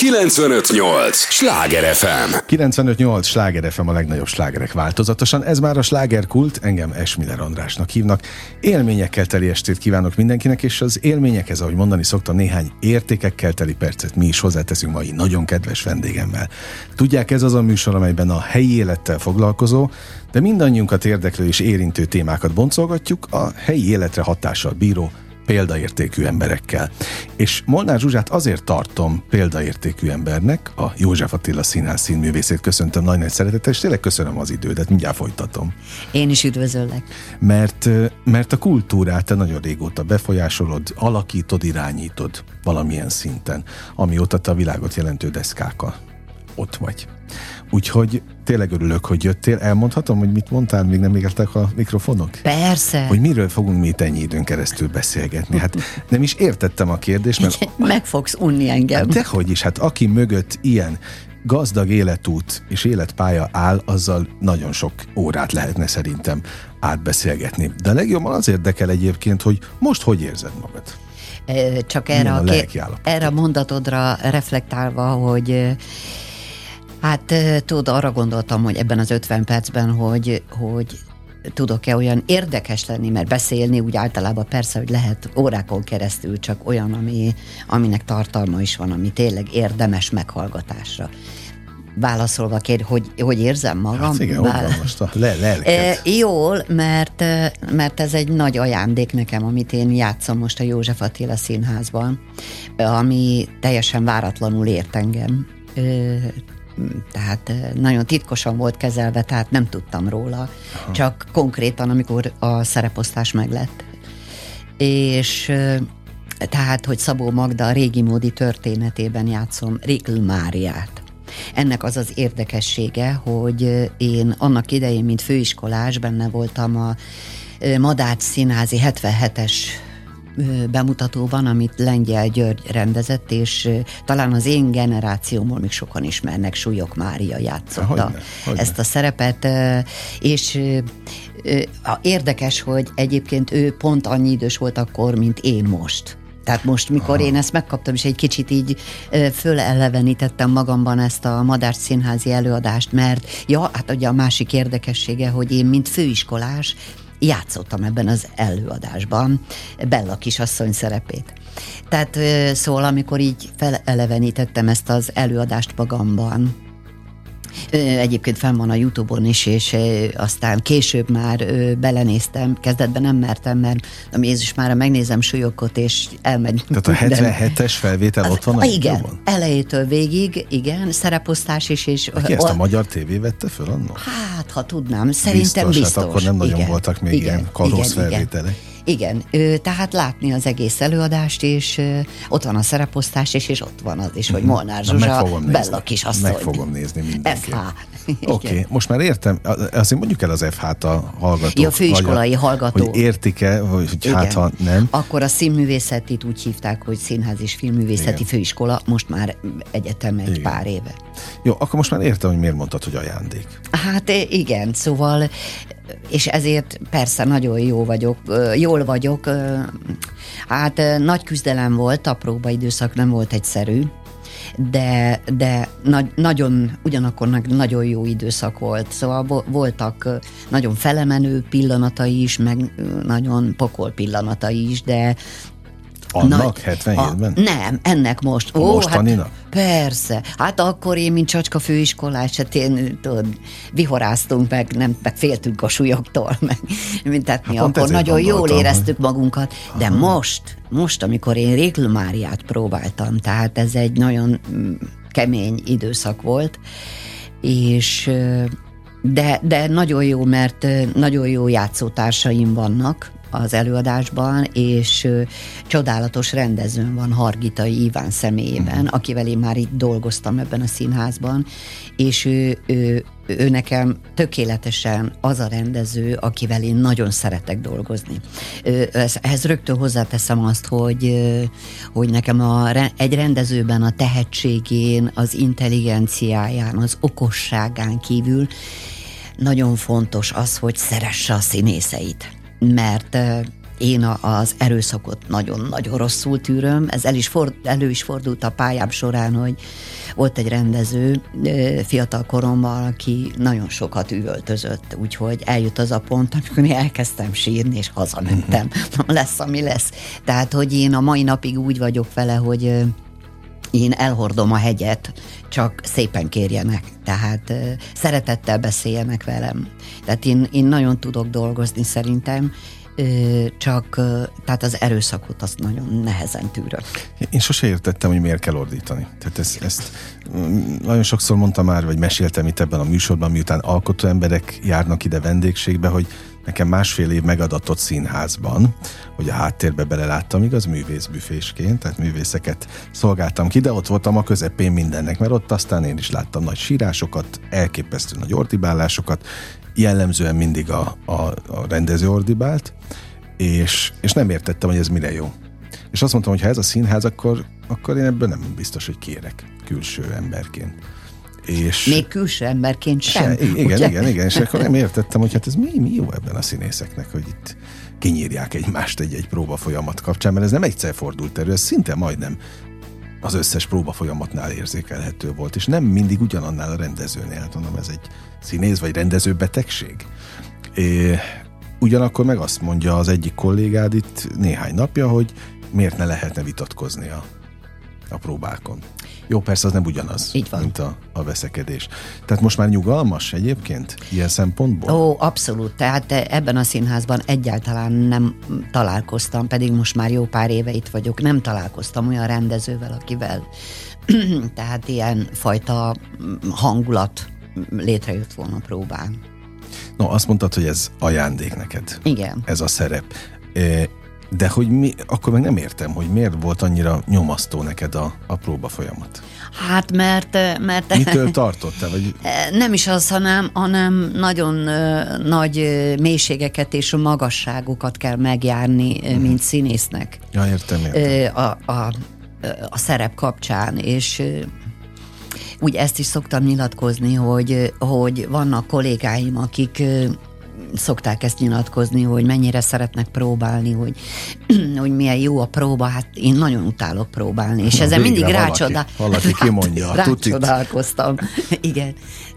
95.8 Sláger FM. 95.8 Sláger FM, a legnagyobb slágerek változatosan. Ez már a slágerkult, engem Esmiller Andrásnak hívnak. Élményekkel teli estét kívánok mindenkinek, és az élményekhez, ahogy mondani szoktam, néhány értékekkel teli percet mi is hozzáteszünk mai nagyon kedves vendégemmel. Tudják, ez az a műsor, amelyben a helyi élettel foglalkozó, de mindannyiunkat érdeklő és érintő témákat boncolgatjuk a helyi életre hatással bíró példaértékű emberekkel. És Molnár Zsuzsát azért tartom példaértékű embernek, a József Attila Színház színművészét köszöntöm nagy szeretettel, és tényleg köszönöm az idődet, mindjárt folytatom. Én is üdvözöllek. Mert a kultúrát te nagyon régóta befolyásolod, alakítod, irányítod valamilyen szinten, amióta te a világot jelentő deszkákkal ott vagy. Úgyhogy tényleg örülök, hogy jöttél. Elmondhatom, hogy mit mondtál, még nem égtek a mikrofonok? Persze. Hogy miről fogunk mi itt ennyi időn keresztül beszélgetni? Hát nem is értettem a kérdést, mert... Meg fogsz unni engem. Hát dehogy is, hát aki mögött ilyen gazdag életút és életpálya áll, azzal nagyon sok órát lehetne szerintem átbeszélgetni. De legjobban az érdekel egyébként, hogy most hogy érzed magad? Csak erre a mondatodra reflektálva, hogy hát tudod, arra gondoltam, hogy ebben az 50 percben, hogy tudok-e olyan érdekes lenni, mert beszélni úgy általában persze, hogy lehet órákon keresztül, csak olyan, aminek tartalma is van, ami tényleg érdemes meghallgatásra. Válaszolva kérdés, hogy érzem magam? Hát igen, most a lelked. Jól, mert ez egy nagy ajándék nekem, amit én játszom most a József Attila Színházban, ami teljesen váratlanul ért engem. Tehát nagyon titkosan volt kezelve, tehát nem tudtam róla, csak konkrétan, amikor a szereposztás meglett. És tehát, hogy Szabó Magda a régi módi történetében játszom Rikl Máriát. Ennek az az érdekessége, hogy én annak idején, mint főiskolás, benne voltam a Madách Színházi 77-es bemutatóban, amit Lengyel György rendezett, és talán az én generációmból még sokan ismernek, Súlyog Mária játszotta ezt a szerepet, és érdekes, hogy egyébként ő pont annyi idős volt akkor, mint én most. Tehát most, mikor én ezt megkaptam, és egy kicsit így fölelevenítettem magamban ezt a Madách Színházi előadást, mert hát ugye a másik érdekessége, hogy én, mint főiskolás, játszottam ebben az előadásban Bella kisasszony szerepét. Tehát szóval, amikor így felelevenítettem ezt az előadást magamban, egyébként fenn van a YouTube-on is, és aztán később már belenéztem, kezdetben nem mertem, mert Jézus, már megnézem Súlyogot, és elmegy. Tehát a 77-es felvétel ott van a igen, YouTube-on? Elejétől végig, igen, szereposztás is. És aki ezt a Magyar TV vette föl annak? Hát, ha tudnám, szerintem biztos. Hát akkor nem nagyon voltak még ilyen kalóz felvételek. Igen, tehát látni az egész előadást, és ott van a szereposztás, és ott van az is, hogy Molnár Zsuzsa, Bella kisasszony. Meg fogom nézni mindenképp. FH. Oké, most már értem, azért mondjuk el az FH-t a hallgatók. Ja, főiskolai hallgató. Hogy értik-e, hogy hát ha nem. Akkor a színművészetit úgy hívták, hogy Színház és Filmművészeti Főiskola, most már egyetem egy pár éve. Jó, akkor most már értem, hogy miért mondtad, hogy ajándék. Hát igen, szóval, és ezért persze nagyon jól vagyok. Hát nagy küzdelem volt, a próbaidőszak nem volt egyszerű, de nagyon, ugyanakkor nagyon jó időszak volt, szóval voltak nagyon felemenő pillanatai is, meg nagyon pokol pillanatai is, de annak 77-ben? Nem, ennek most. Mostaninak? Hát, persze. Hát akkor én, mint csacska főiskolás, hát én, tudod, vihoráztunk meg féltünk a súlyogtól, tehát mi akkor nagyon jól éreztük magunkat, de most, amikor én Rikl Máriát próbáltam, tehát ez egy nagyon kemény időszak volt, és de nagyon jó, mert nagyon jó játszótársaim vannak az előadásban, és csodálatos rendezőm van Hargitai Iván személyében, akivel én már itt dolgoztam ebben a színházban, és ő nekem tökéletesen az a rendező, akivel én nagyon szeretek dolgozni. Ehhez rögtön hozzáteszem azt, hogy nekem egy rendezőben a tehetségén, az intelligenciáján, az okosságán kívül nagyon fontos az, hogy szeresse a színészeit. Mert én az erőszakot nagyon-nagyon rosszul tűröm. Ez elő is fordult a pályám során, hogy volt egy rendező fiatal koromban, aki nagyon sokat üvöltözött, úgyhogy eljött az a pont, amikor én elkezdtem sírni, és hazamentem. Lesz, ami lesz. Tehát, hogy én a mai napig úgy vagyok vele, hogy én elhordom a hegyet, csak szépen kérjenek, tehát szeretettel beszéljenek velem. Tehát én nagyon tudok dolgozni szerintem, csak tehát az erőszakot azt nagyon nehezen tűrök. Én sose értettem, hogy miért kell ordítani. Tehát ezt nagyon sokszor mondtam már, vagy meséltem itt ebben a műsorban, miután alkotó emberek járnak ide vendégségbe, hogy nekem 1,5 év megadatott színházban, hogy a háttérbe beleláttam, igaz, művészbüfésként, tehát művészeket szolgáltam ki, de ott voltam a közepén mindennek, mert ott aztán én is láttam nagy sírásokat, elképesztő nagy ordibálásokat, jellemzően mindig a rendező ordibált, és nem értettem, hogy ez mire jó. És azt mondtam, hogy ha ez a színház, akkor én ebből nem biztos, hogy kérek külső emberként. És még külső emberként sem. Igen, és akkor nem értettem, hogy hát ez mi jó ebben a színészeknek, hogy itt kinyírják egymást egy próba folyamat kapcsán, mert ez nem egyszer fordult elő, ez szinte majdnem az összes próba folyamatnál érzékelhető volt, és nem mindig ugyanannál a rendezőnél, hát mondom, ez egy színész vagy rendező betegség. Ugyanakkor meg azt mondja az egyik kollégád itt néhány napja, hogy miért ne lehetne vitatkozni a próbákon. Jó, persze az nem ugyanaz, mint a veszekedés. Tehát most már nyugalmas egyébként ilyen szempontból? Ó, abszolút. Tehát ebben a színházban egyáltalán nem találkoztam, pedig most már jó pár éve itt vagyok, nem találkoztam olyan rendezővel, akivel tehát ilyen fajta hangulat létrejött volna próbán. No, azt mondtad, hogy ez ajándék neked. Igen. Ez a szerep. De hogy akkor meg nem értem, hogy miért volt annyira nyomasztó neked a próba folyamat. Hát mert mitől tartottál? Vagy? Nem is az, hanem nagyon nagy mélységeket és magasságokat kell megjárni, mint színésznek. Ja, értem. A szerep kapcsán, és úgy ezt is szoktam nyilatkozni, hogy vannak kollégáim, akik szokták ezt nyilatkozni, hogy mennyire szeretnek próbálni, hogy milyen jó a próba, hát én nagyon utálok próbálni, és ezen mindig valaki kimondja. Rácsodálkoztam. Igen.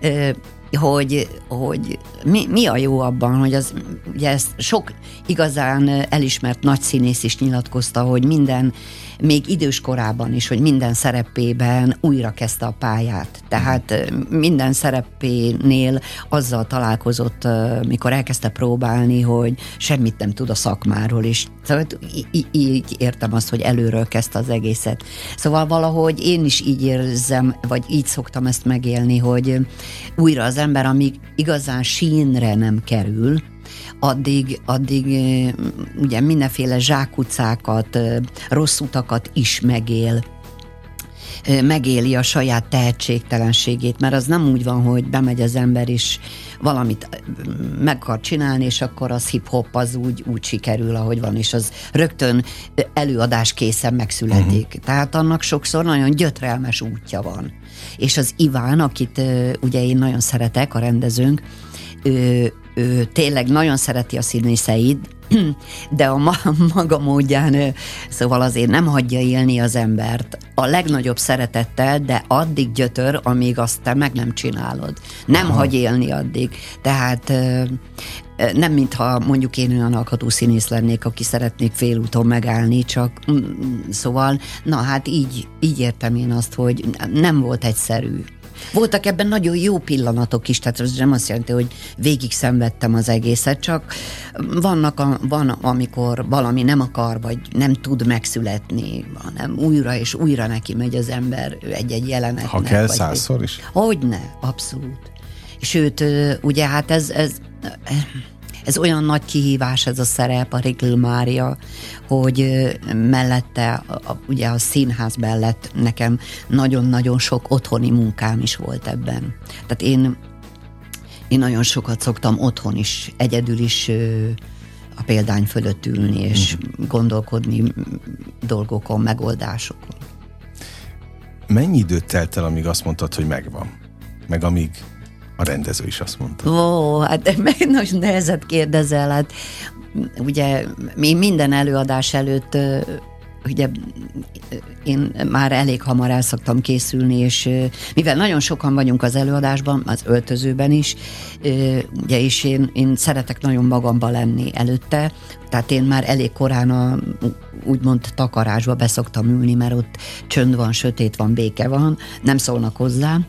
Hogy mi a jó abban, hogy ugye ezt sok igazán elismert nagy színész is nyilatkozta, hogy minden, még idős korában is, hogy minden szerepében újra kezdte a pályát. Tehát minden szerepénél azzal találkozott, mikor elkezdte próbálni, hogy semmit nem tud a szakmáról, és szóval így értem azt, hogy előről kezdte az egészet. Szóval valahogy én is így érzem, vagy így szoktam ezt megélni, hogy újra az ember, amíg igazán sínre nem kerül, addig ugye mindenféle zsákutcákat, rossz utakat is megéli a saját tehetségtelenségét, mert az nem úgy van, hogy bemegy az ember és valamit meg akar csinálni, és akkor az hip-hop az úgy sikerül, ahogy van, és az rögtön előadás készen megszületik. Tehát annak sokszor nagyon gyötrelmes útja van. És az Iván, akit ugye én nagyon szeretek, a rendezőnk, ő tényleg nagyon szereti a színészeit, de a maga módján, szóval azért nem hagyja élni az embert a legnagyobb szeretettel, de addig gyötör, amíg azt te meg nem csinálod. Nem hagy élni addig. Tehát nem mintha mondjuk én olyan alkatú színész lennék, aki szeretnék félúton megállni, csak szóval, na hát így értem én azt, hogy nem volt egyszerű. Voltak ebben nagyon jó pillanatok is, tehát ez nem azt jelenti, hogy végig szenvedtem az egészet, csak van, amikor valami nem akar, vagy nem tud megszületni, hanem újra és újra neki megy az ember egy jelenetnek. Ha kell 100-szor is? Hogyne, abszolút. Sőt, ugye hát ez olyan nagy kihívás ez a szerep, a Rigl Mária, hogy mellette, ugye a színház mellett nekem nagyon-nagyon sok otthoni munkám is volt ebben. Tehát én nagyon sokat szoktam otthon is, egyedül is a példány fölött ülni, és gondolkodni dolgokon, megoldásokon. Mennyi időt telt el, amíg azt mondtad, hogy megvan? Meg amíg A rendező is azt mondta. Ó, hát meg nagyon nehezet kérdezel, hát ugye mi minden előadás előtt ugye én már elég hamar el szoktam készülni, és mivel nagyon sokan vagyunk az előadásban, az öltözőben is, ugye, és én szeretek nagyon magamba lenni előtte, tehát én már elég korán a úgymond takarásba beszoktam ülni, mert ott csönd van, sötét van, béke van, nem szólnak hozzám,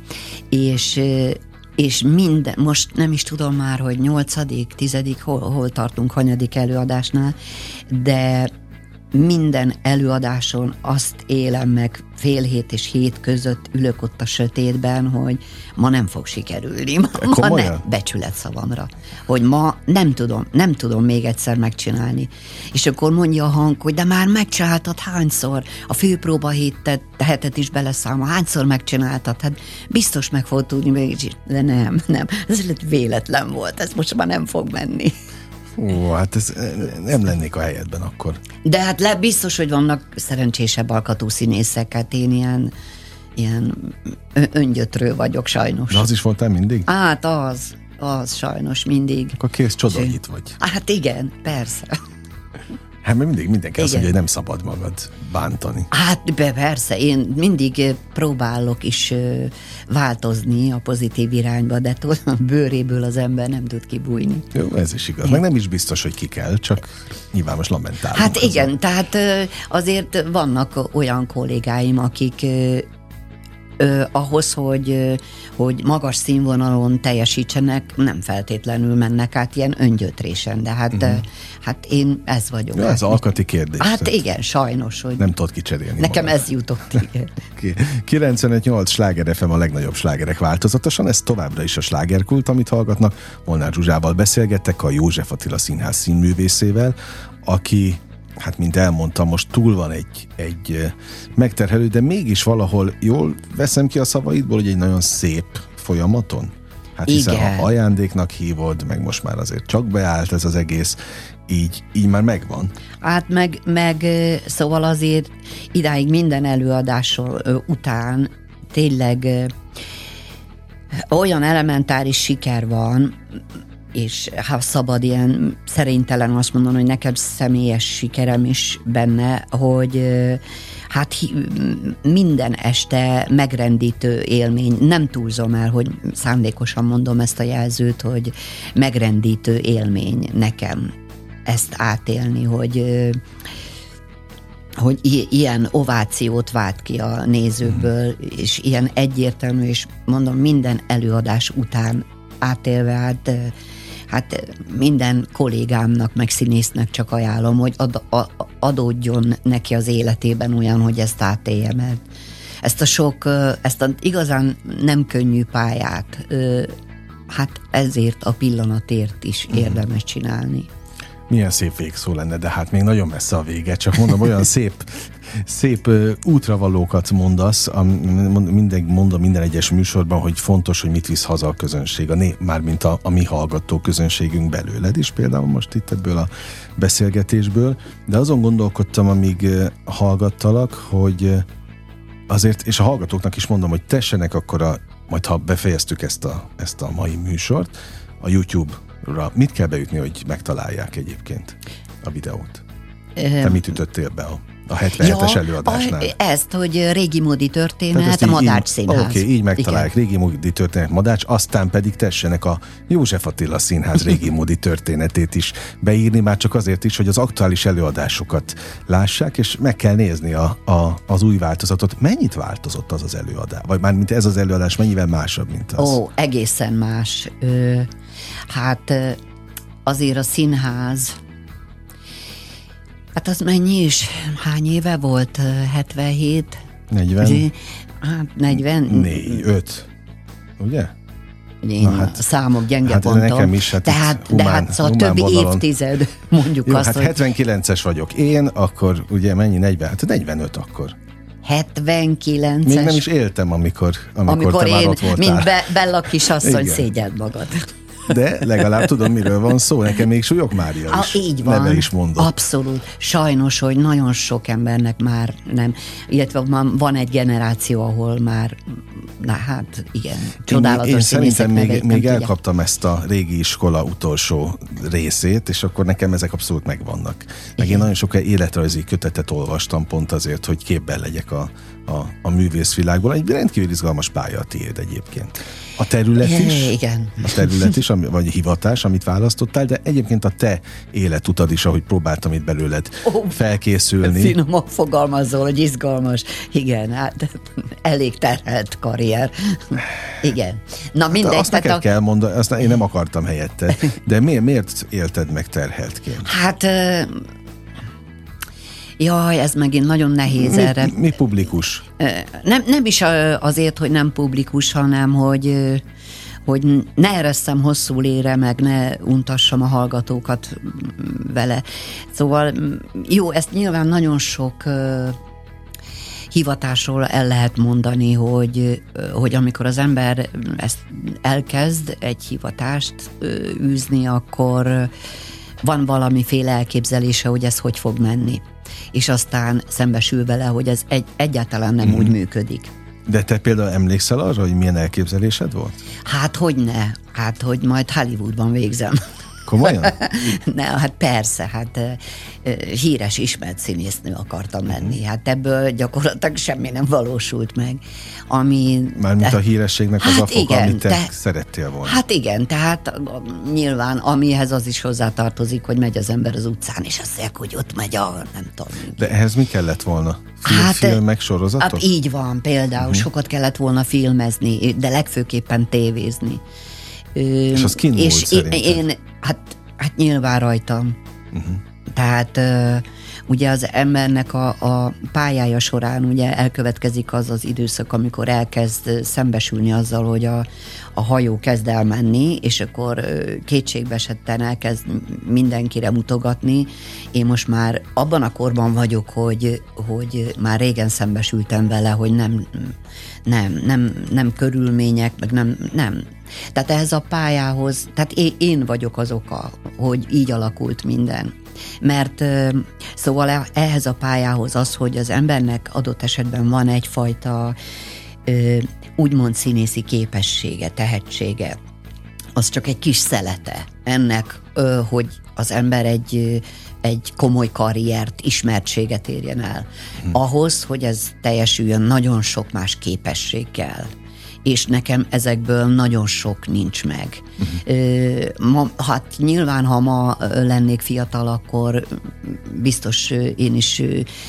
és minden, most nem is tudom már, hogy 8., 10., hol tartunk, hanyadik előadásnál, de minden előadáson azt élem meg 6:30 és 7 között ülök ott a sötétben, hogy ma nem fog sikerülni. Ma nem, becsület szavamra. Hogy ma nem tudom még egyszer megcsinálni. És akkor mondja a hang, hogy de már megcsináltad hányszor? A főpróba hetet is beleszámol. Hányszor megcsináltad? Hát biztos meg fog tudni, de nem. Ez véletlen volt, ez most már nem fog menni. Ó, hát ez nem lennék a helyedben akkor. De hát biztos, hogy vannak szerencsésebb alkatú színészek, hát én ilyen öngyötrő vagyok sajnos. De az is voltál mindig? Hát az sajnos mindig. Akkor kész csodanyit vagy. Hát igen, persze. Hát mert mindenki azt mondja, hogy nem szabad magad bántani. Hát persze, én mindig próbálok is változni a pozitív irányba, de a bőréből az ember nem tud kibújni. Jó, ez is igaz. Meg nem is biztos, hogy ki kell, csak nyilván most lamentálunk. Hát igen, tehát azért vannak olyan kollégáim, akik ahhoz, hogy magas színvonalon teljesítsenek, nem feltétlenül mennek át ilyen öngyötrésen, de hát én ez vagyok. Ja, ez alkati kérdés. Hát igen, sajnos, hogy nem tudod kicserélni nekem magad. Ez jutott, igen. 95.8 Sláger FM a legnagyobb slágerek változatosan, ez továbbra is a slágerkult, amit hallgatnak. Molnár Zsuzsával beszélgettek, a József Attila Színház színművészével, aki, hát mint elmondtam, most túl van egy megterhelő, de mégis valahol jól veszem ki a szavaidból, hogy egy nagyon szép folyamaton. Hát hiszen igen. Ha ajándéknak hívod, meg most már azért csak beállt ez az egész, így már megvan. Hát meg szóval azért idáig minden előadásról után tényleg olyan elementáris siker van, és ha szabad ilyen szerénytelen azt mondani, hogy nekem személyes sikerem is benne, hogy hát minden este megrendítő élmény, nem túlzom el, hogy szándékosan mondom ezt a jelzőt, hogy megrendítő élmény nekem ezt átélni, hogy ilyen ovációt vált ki a nézőkből, és ilyen egyértelmű, és mondom, minden előadás után átélve, hát minden kollégámnak, meg színésznek csak ajánlom, hogy adódjon neki az életében olyan, hogy ezt átélje, mert ezt a igazán nem könnyű pályát, hát ezért a pillanatért is érdemes csinálni. Milyen szép végszó lenne, de hát még nagyon messze a vége, csak mondom, olyan szép útravalókat mondasz, mondom minden egyes műsorban, hogy fontos, hogy mit visz haza a közönség, mármint a mi hallgató közönségünk belőled is, például most itt ebből a beszélgetésből, de azon gondolkodtam, amíg hallgattalak, hogy azért, és a hallgatóknak is mondom, hogy tessenek akkor majd ha befejeztük ezt a mai műsort, a YouTube-ra mit kell beütni, hogy megtalálják egyébként a videót? Te mit ütöttél be a 77-es előadásnál? Ezt, hogy régi módi történet, a Madács Színház. Oké, így megtalálják, régi módi történet, Madács, aztán pedig tessenek a József Attila Színház régi módi történetét is beírni, már csak azért is, hogy az aktuális előadásokat lássák, és meg kell nézni az új változatot. Mennyit változott az előadás? Vagy mármint ez az előadás mennyivel másabb, mint az? Ó, egészen más. Hát azért a színház, hát az mennyi is? Hány éve volt? 77? 40? Hát 44, 5. Ugye? Én a számok gyenge pontom. Nekem is, de hát szóval többi vonalon. Évtized, mondjuk. Jó, azt, hát 79-es vagyok én, akkor ugye mennyi? 40? Hát 45 akkor. 79-es. Még nem is éltem, amikor te én, már ott voltál. mint Bella kisasszony, szégyeld magad. De legalább tudom, miről van szó. Nekem még Súlyog Mária is így van, neve is mondott. Abszolút. Sajnos, hogy nagyon sok embernek már nem. Illetve van egy generáció, ahol már, hát igen, csodálatos én színészek szerintem még elkaptam ezt a régi iskola utolsó részét, és akkor nekem ezek abszolút megvannak. Meg én nagyon sok életrajzi kötetet olvastam pont azért, hogy képben legyek a művészvilágból. Egy rendkívül izgalmas pálya a tiéd egyébként. A terület is, igen. A terület is, vagy hivatás, amit választottál, de egyébként a te életutad is, ahogy próbáltam itt belőled felkészülni. Finoman fogalmazol, hogy izgalmas. Igen, hát elég terhelt karrier. Igen. Na mindegy. Azt neked kell mondani, azt én nem akartam helyette. De miért élted meg terheltként? Hát... Jaj, ez megint nagyon nehéz erre. Mi publikus? Nem is azért, hogy nem publikus, hanem hogy ne eresszem hosszú lére, meg ne untassam a hallgatókat vele. Szóval jó, ezt nyilván nagyon sok hivatásról el lehet mondani, hogy amikor az ember ezt elkezd egy hivatást űzni, akkor van valamiféle elképzelése, hogy ez hogy fog menni. És aztán szembesül vele, hogy ez egyáltalán nem úgy működik. De te például emlékszel arra, hogy milyen elképzelésed volt? Hát, hogy ne. Hát, hogy majd Hollywoodban végzem. Komolyan? Ne, hát persze, hát híres, ismert színésznő akartam lenni. Hát ebből gyakorlatilag semmi nem valósult meg. Mármint a hírességnek az a foka, amit te de, szerettél volna. Hát igen, tehát nyilván amihez az is hozzátartozik, hogy megy az ember az utcán, és azt mondják, hogy ott megy a nem tudom. De ehhez mi kellett volna? Filmek, sorozatok? Hát így van, például sokat kellett volna filmezni, de legfőképpen tévézni. És az kin volt szerinted? Hát nyilván rajtam. Tehát ugye az embernek a pályája során ugye elkövetkezik az időszak, amikor elkezd szembesülni azzal, hogy a hajó kezd el menni, és akkor kétségbeesetten elkezd mindenkire mutogatni. Én most már abban a korban vagyok, hogy már régen szembesültem vele, hogy nem körülmények, meg nem. Tehát ehhez a pályához, tehát én vagyok az oka, hogy így alakult minden. Mert szóval ehhez a pályához az, hogy az embernek adott esetben van egyfajta úgymond színészi képessége, tehetsége, az csak egy kis szelete ennek, hogy az ember egy komoly karriert, ismertséget érjen el. Ahhoz, hogy ez teljesüljön, nagyon sok más képesség kell. És nekem ezekből nagyon sok nincs meg. Hát nyilván, ha ma lennék fiatal, akkor biztos én is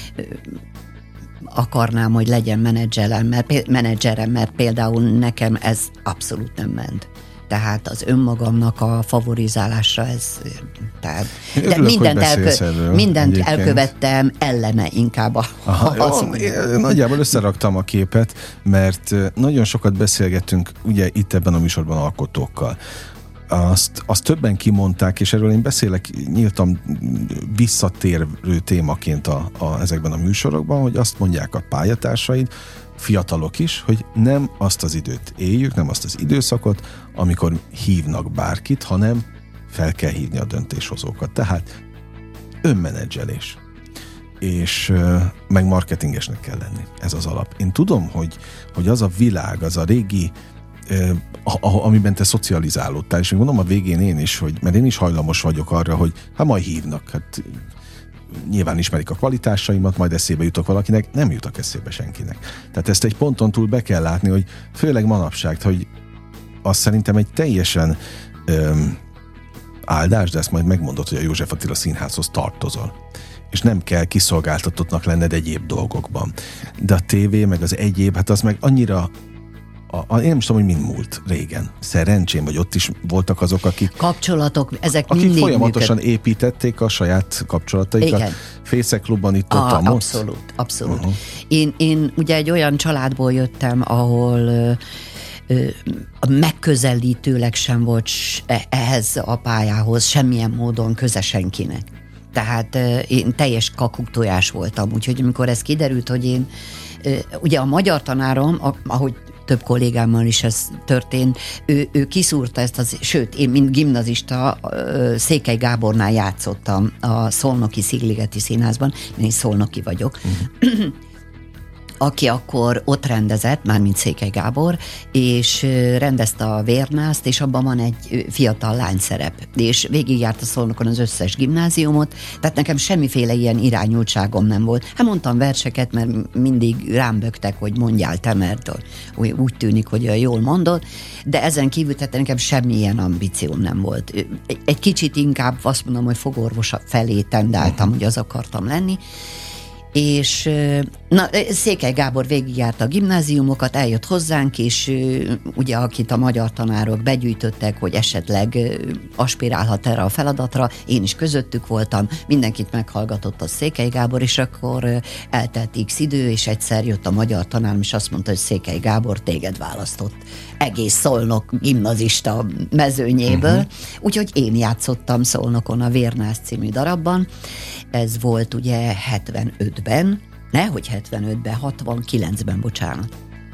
akarnám, hogy legyen menedzserem, mert például nekem ez abszolút nem ment. Tehát az önmagamnak a favorizálása ez... de mindent elkövettem ellene inkább. Nagyjából összeraktam a képet, mert nagyon sokat beszélgettünk ugye itt ebben a műsorban alkotókkal. Azt többen kimondták, és erről én beszélek nyíltan visszatérő témaként ezekben a műsorokban, hogy azt mondják a pályatársaid, fiatalok is, hogy nem azt az időt éljük, nem azt az időszakot, amikor hívnak bárkit, hanem fel kell hívni a döntéshozókat. Tehát önmenedzselés. És meg marketingesnek kell lenni. Ez az alap. Én tudom, hogy az a világ, az a régi, amiben te szocializálódtál, és én mondom a végén én is, mert én is hajlamos vagyok arra, hogy hát majd hívnak, hát nyilván ismerik a kvalitásaimat, majd eszébe jutok valakinek, nem jutok eszébe senkinek. Tehát ezt egy ponton túl be kell látni, hogy főleg manapság, hogy azt szerintem egy teljesen áldás, de ezt majd megmondod, hogy a József Attila Színházhoz tartozol. És nem kell kiszolgáltatottnak lenned egyéb dolgokban. De a tévé, meg az egyéb, hát az meg annyira én nem tudom, hogy mind múlt régen. Szerencsém, vagy ott is voltak azok, akik... Kapcsolatok, ezek akik mindig folyamatosan építették a saját kapcsolataikat. Igen. Fészekklubban itt ott Abszolút. Én ugye egy olyan családból jöttem, ahol megközelítőleg sem volt ehhez a pályához semmilyen módon köze senkinek. Tehát én teljes kakuktojás voltam, úgyhogy amikor ez kiderült, hogy én ugye a magyar tanárom, ahogy több kollégámmal is ez történt. Ő kiszúrta ezt, sőt, én mint gimnazista Székely Gábornál játszottam a Szolnoki Szigligeti Színházban, én szolnoki vagyok, aki akkor ott rendezett, mármint Székely Gábor, és rendezte a Vérnászt, és abban van egy fiatal lányszerep, és végigjárta Szolnokon az összes gimnáziumot, tehát nekem semmiféle ilyen irányultságom nem volt. Hát mondtam verseket, mert mindig rám böktek, hogy mondjál te, mert úgy tűnik, hogy jól mondod, de ezen kívül tehát nekem semmilyen ambícióm nem volt. Egy kicsit inkább azt mondom, hogy fogorvos felé tendáltam, hogy az akartam lenni, és Székely Gábor végigjárta a gimnáziumokat, eljött hozzánk, és ugye akit a magyar tanárok begyűjtöttek, hogy esetleg aspirálhat erre a feladatra, én is közöttük voltam, mindenkit meghallgatott a Székely Gábor, és akkor eltelt x idő, és egyszer jött a magyar tanárom, és azt mondta, hogy Székely Gábor téged választott egész Szolnok gimnazista mezőnyéből, úgyhogy én játszottam Szolnokon a Vérnász című darabban. Ez volt ugye 75-ben, nehogy 75-ben, 69-ben, bocsánat.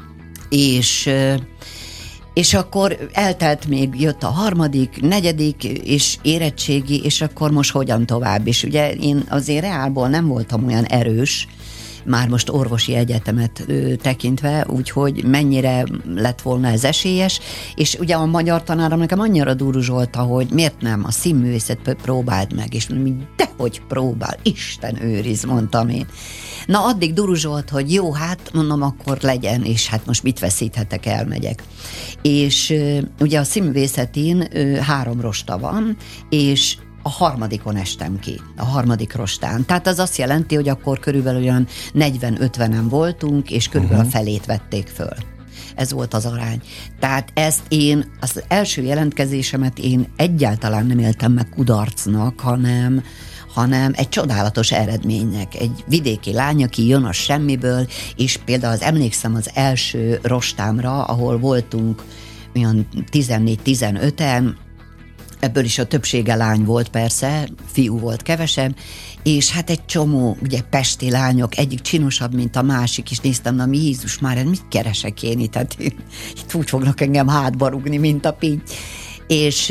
És akkor eltelt, még jött a harmadik, negyedik, és érettségi, és akkor most hogyan tovább? És ugye én azért reálból nem voltam olyan erős, már most orvosi egyetemet tekintve, úgyhogy mennyire lett volna ez esélyes, és ugye a magyar tanárom nekem annyira duruzsolta, hogy miért nem a színművészet próbáld meg, és mondom, dehogy próbál, Isten őriz, mondtam én. Na, addig duruzsolt, hogy jó, hát mondom, akkor legyen, és hát most mit veszíthetek, elmegyek. És ugye a színművészetén 3 rosta van, és a harmadikon estem ki, a harmadik rostán. Tehát az azt jelenti, hogy akkor körülbelül olyan 40-50-en voltunk, és körülbelül a felét vették föl. Ez volt az arány. Tehát ezt az első jelentkezésemet én egyáltalán nem éltem meg kudarcnak, hanem egy csodálatos eredménynek. Egy vidéki lány, aki jön a semmiből, és például emlékszem az első rostámra, ahol voltunk olyan 14-15-en, ebből is a többsége lány volt persze, fiú volt kevesebb, és hát egy csomó, ugye pesti lányok, egyik csinosabb, mint a másik, és néztem, na mi Jézus már, mit keresek én itt? Hát itt úgy fognak engem hátba rúgni, mint a pinty. És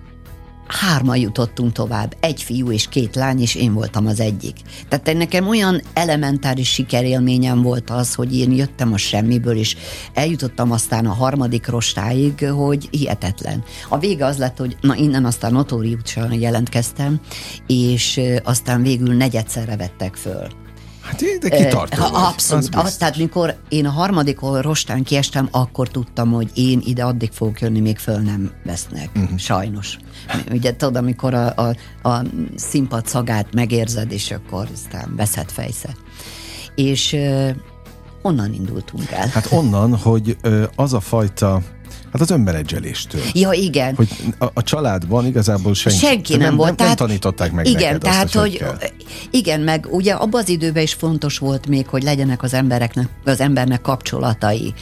3 jutottunk tovább, 1 fiú és 2 lány, és én voltam az egyik. Tehát nekem olyan elementáris sikerélményem volt az, hogy én jöttem a semmiből, és eljutottam aztán a harmadik rostáig, hogy hihetetlen. A vége az lett, hogy na innen aztán notóriusan jelentkeztem, és aztán végül negyedszer vettek föl. Hát de kitartó vagy. Abszolút. Tehát mikor én a harmadik rostán kiestem, akkor tudtam, hogy én ide addig fogok jönni, még föl nem vesznek. Sajnos. Ugye tudod, amikor a színpad szagát megérzed, és akkor aztán veszed fejsze. És onnan indultunk el. Hát onnan, hogy az a fajta, hát az önmenedzseléstől. Ja, igen. Hogy a családban igazából senki nem volt. Nem tanították meg igen, neked tehát, azt, hogy igen, meg ugye abban az időben is fontos volt még, hogy legyenek az embernek kapcsolatai.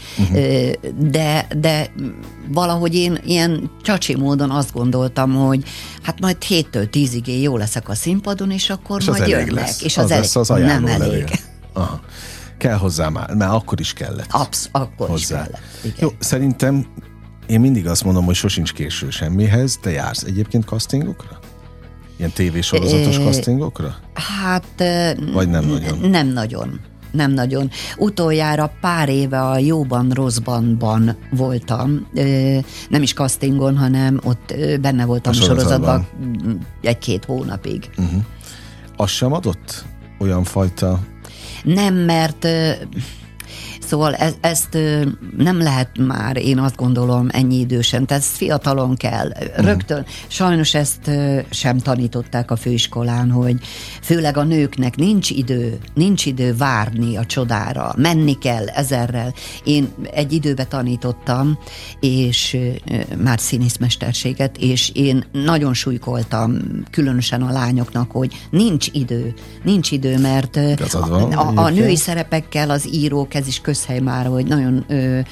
De valahogy én ilyen csacsi módon azt gondoltam, hogy hát majd 7-től 10-ig én jó leszek a színpadon, és akkor majd jönnek. Lesz. És az lesz az nem elég. Aha. Kell hozzá már, mert akkor is kellett. Akkor hozzá. is kellett. Igen. Jó, szerintem én mindig azt mondom, hogy sosincs késő semmihez. Te jársz egyébként castingokra? Ilyen tévésorozatos castingokra? Hát... Vagy nem nagyon? Nem nagyon. Utoljára pár éve a Jóban, Rosszbanban voltam. Nem is castingon, hanem ott benne voltam a sorozatban 1-2 hónapig. Az sem adott olyan fajta... Nem, mert... Szóval ezt nem lehet már, én azt gondolom, ennyi idősen, tehát ezt fiatalon kell. Rögtön, sajnos ezt sem tanították a főiskolán, hogy főleg a nőknek nincs idő várni a csodára, menni kell ezerrel. Én egy időben tanítottam, és már színészmesterséget, és én nagyon súlykoltam, különösen a lányoknak, hogy nincs idő, mert a női szerepekkel az írók, ez is közhely már, hogy nagyon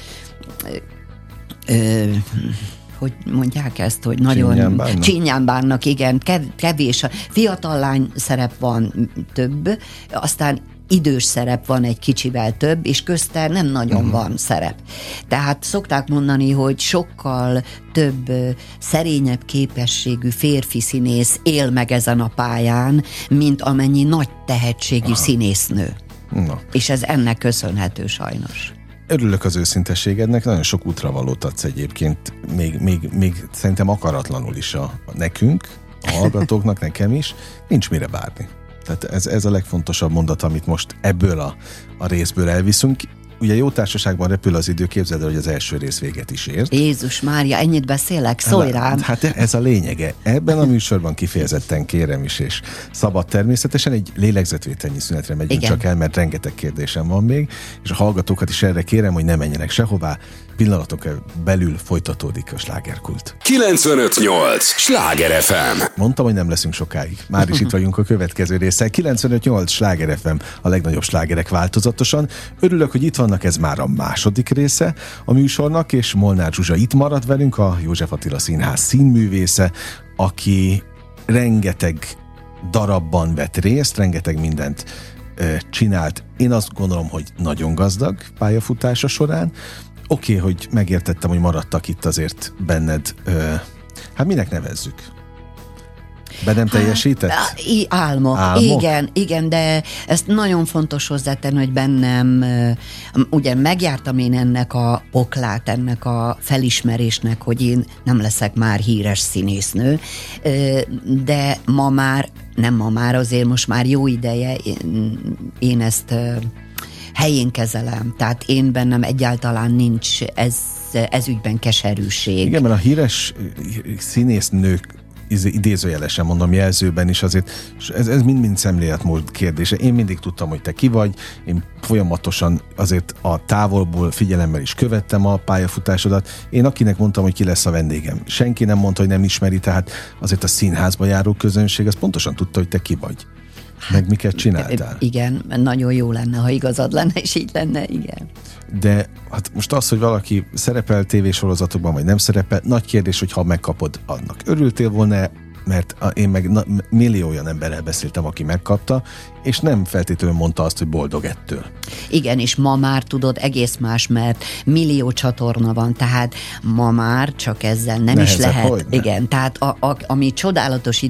hogy mondják ezt, hogy nagyon csínyán bánnak, igen, kevés. Fiatal lány szerep van több, aztán idős szerep van egy kicsivel több, és közte nem nagyon van szerep. Tehát szokták mondani, hogy sokkal több szerényebb képességű férfi színész él meg ezen a pályán, mint amennyi nagy tehetségű színésznő. Na. És ez ennek köszönhető sajnos. Örülök az őszintességednek, nagyon sok útravalót adsz egyébként, még szerintem akaratlanul is nekünk, a hallgatóknak, nekem is, nincs mire várni. Tehát ez a legfontosabb mondat, amit most ebből a részből elviszünk. Ugye jó társaságban repül az idő, képzeld el, hogy az első rész véget is ért. Jézus Mária, ennyit beszélek? Szólj rám! Hát ez a lényege. Ebben a műsorban kifejezetten kérem is, és szabad természetesen, egy lélegzetvételnyi szünetre megyünk csak el, mert rengeteg kérdésem van még, és a hallgatókat is erre kérem, hogy ne menjenek sehová. Pillanatok belül folytatódik a slágerkult. 95.8 Sláger FM. Mondtam, hogy nem leszünk sokáig. Már is itt vagyunk a következő résszel. 95.8 Sláger FM, a legnagyobb slágerek változatosan. Örülök, hogy itt vannak, ez már a második része a műsornak, és Molnár Zsuzsa itt marad velünk, a József Attila Színház színművésze, aki rengeteg darabban vett részt, rengeteg mindent csinált. Én azt gondolom, hogy nagyon gazdag pályafutása során. Oké, hogy megértettem, hogy maradtak itt azért benned, hát minek nevezzük? Be nem teljesített? Álmok. Igen, de ezt nagyon fontos hozzátenni, hogy bennem, ugye megjártam én ennek a poklát, ennek a felismerésnek, hogy én nem leszek már híres színésznő, de nem ma már, azért most már jó ideje én ezt helyén kezelem, tehát én bennem egyáltalán nincs ez ügyben keserűség. Igen, mert a híres színésznők, idézőjelesen mondom, jelzőben is azért, ez mind szemléletmód kérdése. Én mindig tudtam, hogy te ki vagy, én folyamatosan azért a távolból figyelemmel is követtem a pályafutásodat. Én akinek mondtam, hogy ki lesz a vendégem. Senki nem mondta, hogy nem ismeri, tehát azért a színházba járó közönség az pontosan tudta, hogy te ki vagy. Meg miket csináltál. Igen, nagyon jó lenne, ha igazad lenne, és így lenne, igen. De hát most az, hogy valaki szerepel tévésorozatokban, vagy nem szerepel, nagy kérdés, hogy ha megkapod, annak örültél volna, mert én meg millió olyan emberrel beszéltem, aki megkapta, és nem feltétlenül mondta azt, hogy boldog ettől. Igen, és ma már tudod egész más, mert millió csatorna van, tehát ma már csak ezzel nem nehezebb, is lehet. Hogyne. Igen, tehát ami csodálatos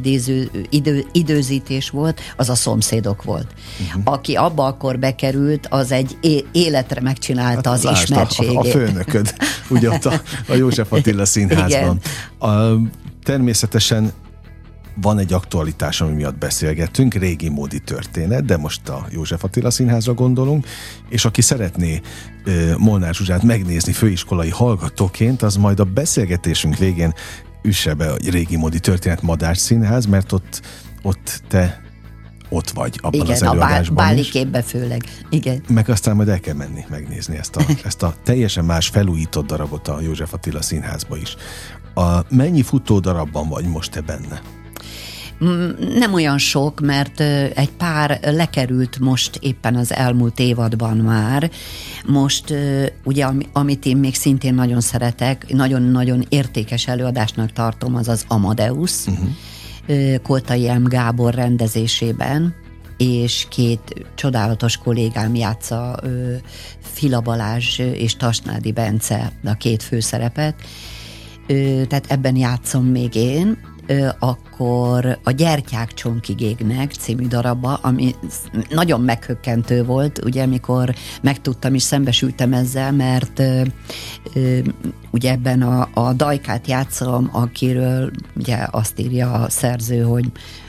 időzítés volt, az a Szomszédok volt. Aki abba akkor bekerült, az egy életre megcsinálta az ismertségét. A főnököd, ugye ott a József Attila Színházban. Természetesen van egy aktualitás, ami miatt beszélgettünk, régi módi történet, de most a József Attila Színházra gondolunk, és aki szeretné Molnár Zsuzsát megnézni főiskolai hallgatóként, az majd a beszélgetésünk végén üsse be a régi módi történet Madách Színház, mert ott te ott vagy abban az előadásban. Igen, a Báli-képbe főleg. Igen. Meg aztán majd el kell menni megnézni ezt a teljesen más felújított darabot a József Attila Színházba is. Mennyi futó darabban vagy most te benne? Nem olyan sok, mert egy pár lekerült most éppen az elmúlt évadban már. Most ugye, amit én még szintén nagyon szeretek, nagyon-nagyon értékes előadásnak tartom, az az Amadeus, Koltai M. Gábor rendezésében, és két csodálatos kollégám játsza, Fila Balázs és Tasnádi Bence a két főszerepet. Tehát ebben játszom még én. Akkor a Gyertyák csonkig égnek című darabba, ami nagyon meghökkentő volt, ugye, amikor megtudtam és szembesültem ezzel, mert ugye ebben a Dajkát játszom, akiről ugye azt írja a szerző, hogy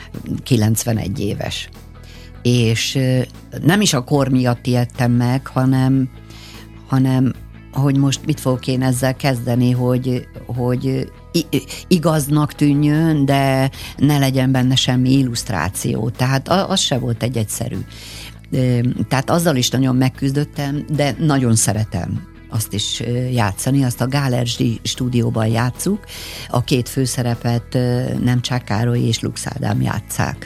91 éves. És nem is a kor miatt ijedtem meg, hanem hogy most mit fogok én ezzel kezdeni, hogy igaznak tűnjön, de ne legyen benne semmi illusztráció. Tehát az se volt egy egyszerű. Tehát azzal is nagyon megküzdöttem, de nagyon szeretem azt is játszani. Azt a Gálerzsi stúdióban játsszuk. A két főszerepet Nemcsák Károly és Lux Ádám játsszák.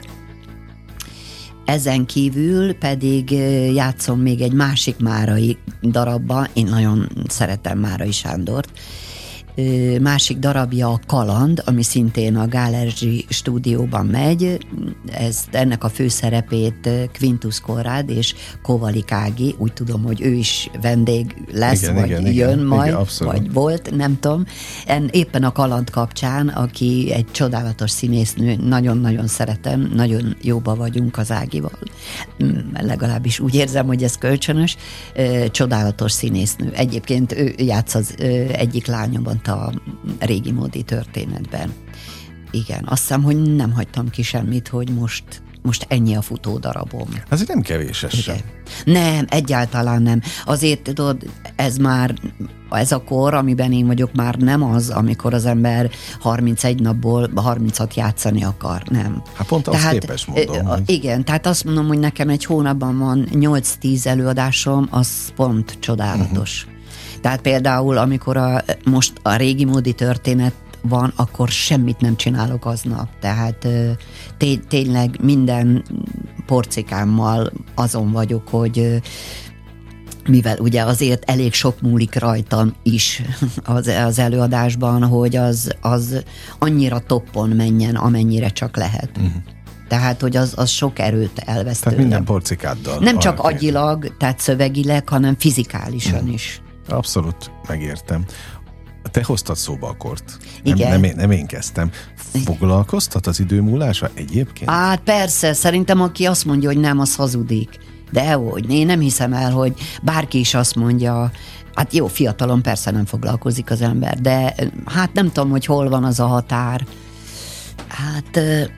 Ezen kívül pedig játszom még egy másik Márai darabba, én nagyon szeretem Márai Sándort, másik darabja a Kaland, ami szintén a Gálerzsi stúdióban megy. Ennek a főszerepét Quintus Konrád és Kovalik Ági, úgy tudom, hogy ő is vendég lesz, igen, jön majd, vagy volt, nem tudom. Éppen a Kaland kapcsán, aki egy csodálatos színésznő, nagyon-nagyon szeretem, nagyon jóba vagyunk az Ágival. Legalábbis úgy érzem, hogy ez kölcsönös. Csodálatos színésznő. Egyébként ő játsz az egyik lányomban a régi módi történetben. Igen, azt hiszem, hogy nem hagytam ki semmit, hogy most ennyi a futódarabom. Azért nem kevés ez sem. Nem, egyáltalán nem. Azért tudod, ez a kor, amiben én vagyok, már nem az, amikor az ember 31 napból 30-at játszani akar, nem. Hát pont azt képes mondom. Igen, tehát azt mondom, hogy nekem egy hónapban van 8-10 előadásom, az pont csodálatos. Tehát például, amikor most a régi módi történet van, akkor semmit nem csinálok aznap. Tehát tényleg minden porcikámmal azon vagyok, hogy mivel ugye azért elég sok múlik rajtam is az előadásban, hogy az annyira toppon menjen, amennyire csak lehet. Tehát, hogy az sok erőt elvesz tőle. Tehát minden porcikáddal. Nem csak agyilag, tehát szövegileg, hanem fizikálisan is. Abszolút, megértem. Te hoztad szóba a kort. Nem én kezdtem. Foglalkoztat az idő múlása egyébként? Hát persze, szerintem aki azt mondja, hogy nem, az hazudik. Dehogy, én nem hiszem el, hogy bárki is azt mondja, hát jó, fiatalon persze nem foglalkozik az ember, de hát nem tudom, hogy hol van az a határ. Hát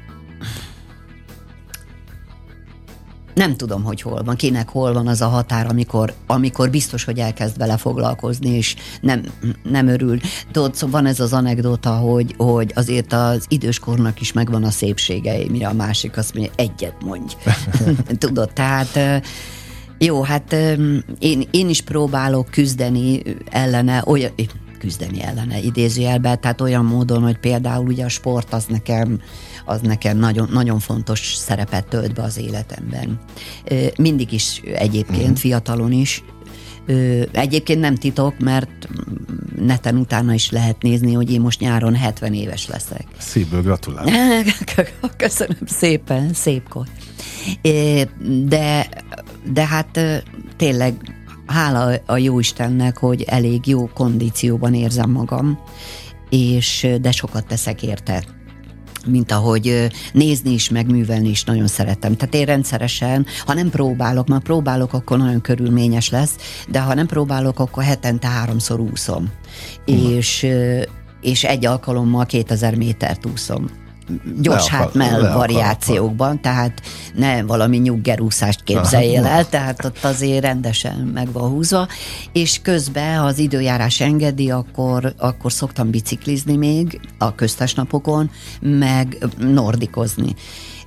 nem tudom, hogy hol van, kinek hol van az a határ, amikor biztos, hogy elkezd vele foglalkozni, és nem örül. Tudod, szóval van ez az anekdota, hogy azért az időskornak is megvan a szépsége, mire a másik azt mondja, egyet mondj. Tudod, tehát jó, hát én is próbálok küzdeni ellene, idézőjelben, tehát olyan módon, hogy például ugye a sport az nekem nagyon, nagyon fontos szerepet tölt be az életemben. Mindig is egyébként, fiatalon is. Egyébként nem titok, mert neten utána is lehet nézni, hogy én most nyáron 70 éves leszek. Szívből gratulálok. Köszönöm szépen, szépkor. De hát tényleg hála a Jóistennek, hogy elég jó kondícióban érzem magam, de sokat teszek érte. Mint ahogy nézni is, meg művelni is nagyon szeretem. Tehát én rendszeresen, ha nem próbálok, már próbálok, akkor nagyon körülményes lesz, de ha nem próbálok, akkor hetente 3-szor úszom. És egy alkalommal 2000 métert úszom. Gyors hátmell variációkban, tehát ne valami nyuggerúszást képzeljél el, tehát ott azért rendesen meg van húzva, és közben, ha az időjárás engedi, akkor szoktam biciklizni még a köztes napokon, meg nordikozni.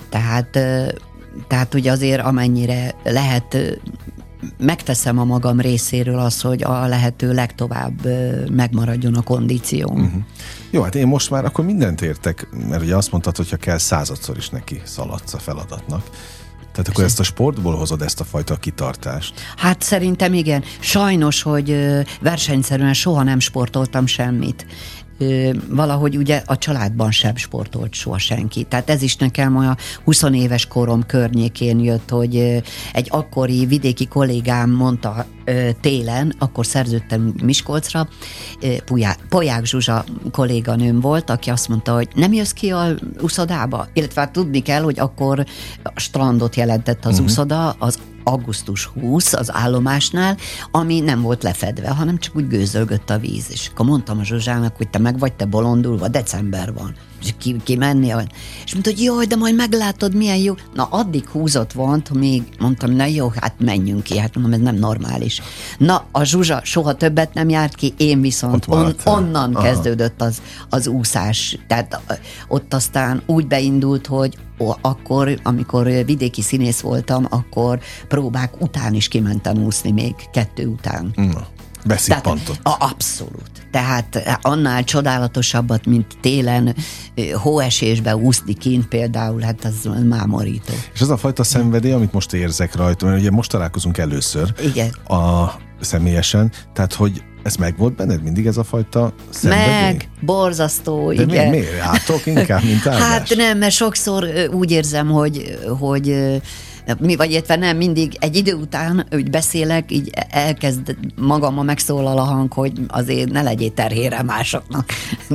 Tehát ugye azért amennyire lehet, megteszem a magam részéről az, hogy a lehető legtovább megmaradjon a kondícióm. Jó, hát én most már akkor mindent értek, mert ugye azt mondtad, hogyha kell 100-szor is neki szaladsz a feladatnak. Tehát akkor ezt a sportból hozod, ezt a fajta kitartást? Hát szerintem igen. Sajnos, hogy versenyszerűen soha nem sportoltam semmit. Valahogy ugye a családban sem sportolt soha senki. Tehát ez is nekem olyan 20 éves korom környékén jött, hogy egy akkori vidéki kollégám mondta télen, akkor szerződtem Miskolcra, Polyák Zsuzsa kolléganőm volt, aki azt mondta, hogy nem jössz ki a úszodába? Illetve hát tudni kell, hogy akkor a strandot jelentett az úszoda, az augusztus 20 az állomásnál, ami nem volt lefedve, hanem csak úgy gőzölgött a víz. És akkor mondtam a Zsuzsának, hogy te meg vagy te bolondulva, december van. És ki menni? És mondta, hogy jaj, de majd meglátod, milyen jó. Na, addig húzott volt, még mondtam, na jó, hát menjünk ki. Hát mondom, ez nem normális. Na, a Zsuzsa soha többet nem járt ki, én viszont onnan kezdődött az úszás. Tehát ott aztán úgy beindult, hogy akkor, amikor vidéki színész voltam, akkor próbák után is kimentem úszni még 2 után. Beszippantott. Abszolút. Tehát annál csodálatosabbat, mint télen hóesésbe úszni kint például, hát az mámorító. És az a fajta szenvedély, amit most érzek rajta, mert ugye most találkozunk először. Igen. Személyesen, tehát hogy Ez meg volt benned mindig ez a fajta szenvedély? Meg, borzasztó, de igen. Miért? Átok inkább, mint áldás? Hát nem, mert sokszor úgy érzem, hogy mi vagy értve nem, mindig egy idő után úgy beszélek, így elkezd magammal megszólal a hang, hogy azért ne legyél terhére másoknak.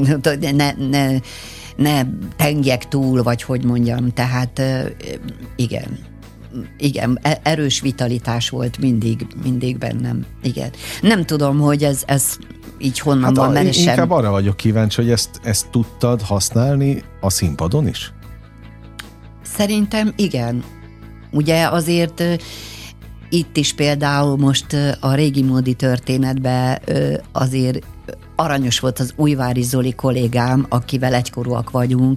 ne tengjek túl, vagy hogy mondjam, tehát igen, erős vitalitás volt mindig bennem, igen. Nem tudom, hogy ez így honnan van, mert sem. Inkább arra vagyok kíváncsi, hogy ezt tudtad használni a színpadon is? Szerintem igen. Ugye azért itt is például most a régi módi történetben azért aranyos volt az Újvári Zoli kollégám, akivel egykorúak vagyunk,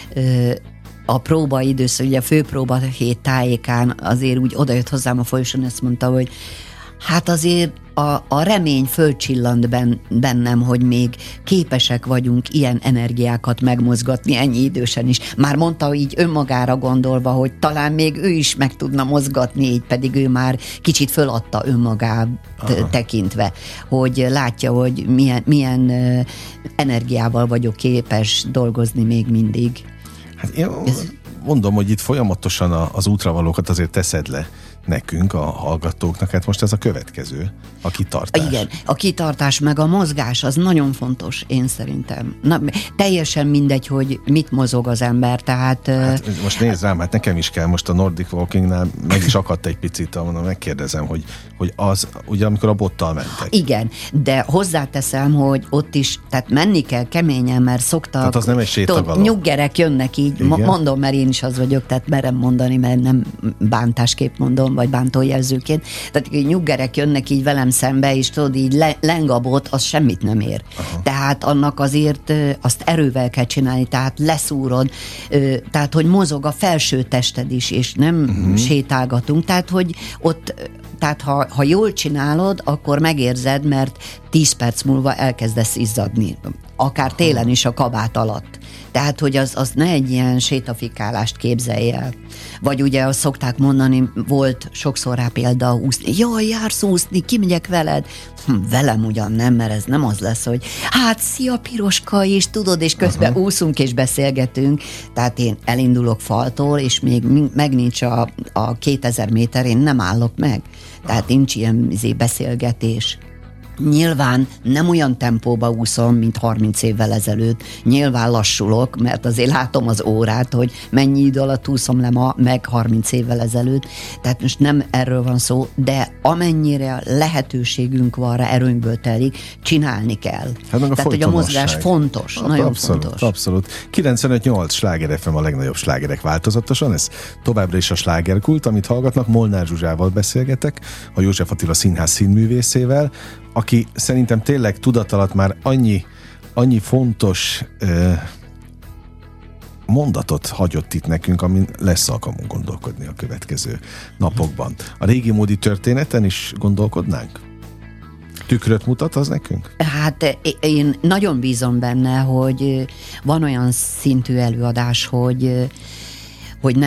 a próba időszak, ugye a főpróba hét tájékán azért úgy odajött hozzám a folyosón, ezt mondta, hogy hát azért a remény fölcsillant bennem, hogy még képesek vagyunk ilyen energiákat megmozgatni ennyi idősen is. Már mondta így önmagára gondolva, hogy talán még ő is meg tudna mozgatni, így pedig ő már kicsit föladta önmagát tekintve, hogy látja, hogy milyen energiával vagyok képes dolgozni még mindig. Hát én mondom, hogy itt folyamatosan az útravalókat azért teszed le nekünk, a hallgatóknak, hát most ez a következő, a kitartás. Igen, a kitartás meg a mozgás, az nagyon fontos, én szerintem. Na, teljesen mindegy, hogy mit mozog az ember, tehát... Hát, most nézd rám, hát nekem is kell, most a Nordic Walkingnál meg is akadt egy picit, mondom, megkérdezem, hogy az, ugye amikor a bottal mentek. Igen, de hozzáteszem, hogy ott is, tehát menni kell keményen, mert szoktak... Tehát az nem egy sétagalom. Nyuggerek jönnek így, mondom, mert én is az vagyok, tehát merem mondani, mert nem bántásképp mondom, vagy bántójelzőként. Tehát nyuggerek jönnek így velem szembe, és tudod, így lengabot, az semmit nem ér. Aha. Tehát annak azért azt erővel kell csinálni, tehát leszúrod, tehát hogy mozog a felső tested is, és nem sétálgatunk, tehát hogy ott, tehát ha jól csinálod, akkor megérzed, mert 10 perc múlva elkezdesz izzadni. Akár télen is a kabát alatt. Tehát, hogy az ne egy ilyen sétafikálást képzelj el. Vagy ugye azt szokták mondani, volt sokszor rá példa úszni. Jaj, jársz úszni, kimegyek veled? Velem ugyan nem, mert ez nem az lesz, hogy hát szia Piroska is, tudod, és közben úszunk és beszélgetünk. Tehát én elindulok faltól, és még meg nincs a 2000 méter, én nem állok meg. Tehát nincs ilyen beszélgetés. Nyilván nem olyan tempóba úszom, mint 30 évvel ezelőtt. Nyilván lassulok, mert azért látom az órát, hogy mennyi idő alatt úszom le ma, meg 30 évvel ezelőtt. Tehát most nem erről van szó, de amennyire lehetőségünk van rá, erőnkből telik, csinálni kell. Hát tehát, hogy a mozgás fontos, nagyon abszolút, fontos. Abszolút. 95.8 Sláger FM a legnagyobb slágerek változatosan, ez továbbra is a slágerkult, amit hallgatnak. Molnár Zsuzsával beszélgetek, a József Attila Színház színművészével, aki szerintem tényleg tudat alatt már annyi fontos mondatot hagyott itt nekünk, amin lesz alkalmunk gondolkodni a következő napokban. A régi módi történeten is gondolkodnánk? Tükröt mutat az nekünk? Hát én nagyon bízom benne, hogy van olyan szintű előadás, hogy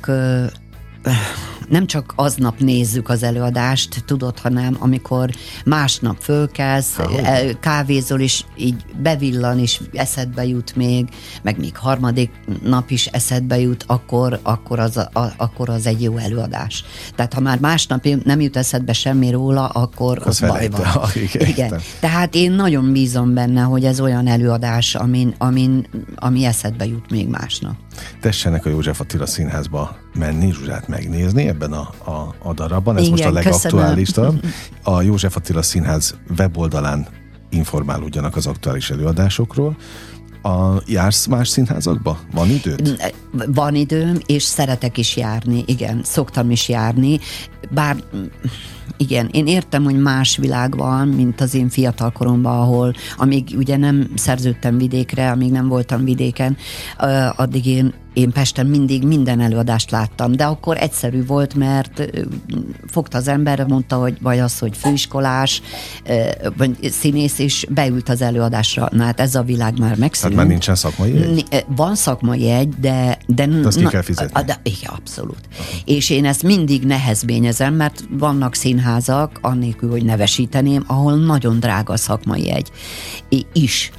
nem csak aznap nézzük az előadást, tudod, hanem amikor másnap fölkelsz, kávézol, és így bevillan, és eszedbe jut meg még harmadik nap is eszedbe jut, akkor az egy jó előadás. Tehát ha már másnap nem jut eszedbe semmi róla, akkor az baj van. Igen. Tehát én nagyon bízom benne, hogy ez olyan előadás, ami eszedbe jut még másnap. Tessenek a József Attila Színházba menni, Zsuzsát megnézni ebben a darabban. Ez igen, most a legaktuálisabb. A József Attila Színház weboldalán informálódjanak az aktuális előadásokról. Jársz más színházakba? Van időd? Van időm, és szeretek is járni, igen, szoktam is járni, bár igen, én értem, hogy más világ van, mint az én fiatalkoromban, amíg ugye nem szerződtem vidékre, amíg nem voltam vidéken, addig én Pesten mindig minden előadást láttam, de akkor egyszerű volt, mert fogta az ember, mondta, hogy vagy az, hogy főiskolás, vagy színész, és beült az előadásra. Na hát ez a világ már megszűnt. Tehát már nincsen szakmai jegy? Van szakmai jegy, de azt ki kell fizetni. Igen, abszolút. És én ezt mindig nehezményezem, mert vannak színházak, annélkül, hogy nevesíteném, ahol nagyon drága a szakmai jegy is.